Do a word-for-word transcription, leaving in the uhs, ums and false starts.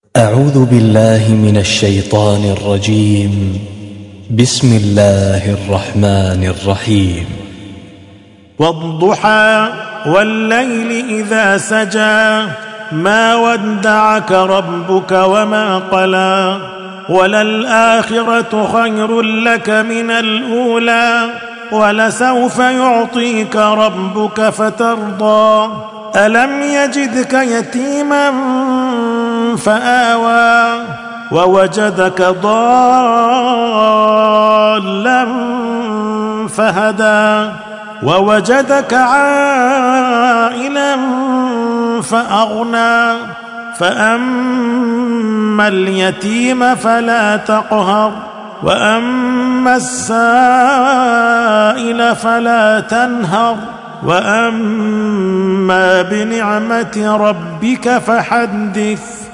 أعوذ بالله من الشيطان الرجيم. بسم الله الرحمن الرحيم. والضحى والليل إذا سجى ما ودعك ربك وما قلى وللآخرة خير لك من الأولى ولسوف يعطيك ربك فترضى ألم يجدك يتيما فآوى ووجدك ضالا فهدى ووجدك عائلا فأغنى فأما اليتيم فلا تقهر وأما السائل فلا تنهر وأما بنعمة ربك فحدث.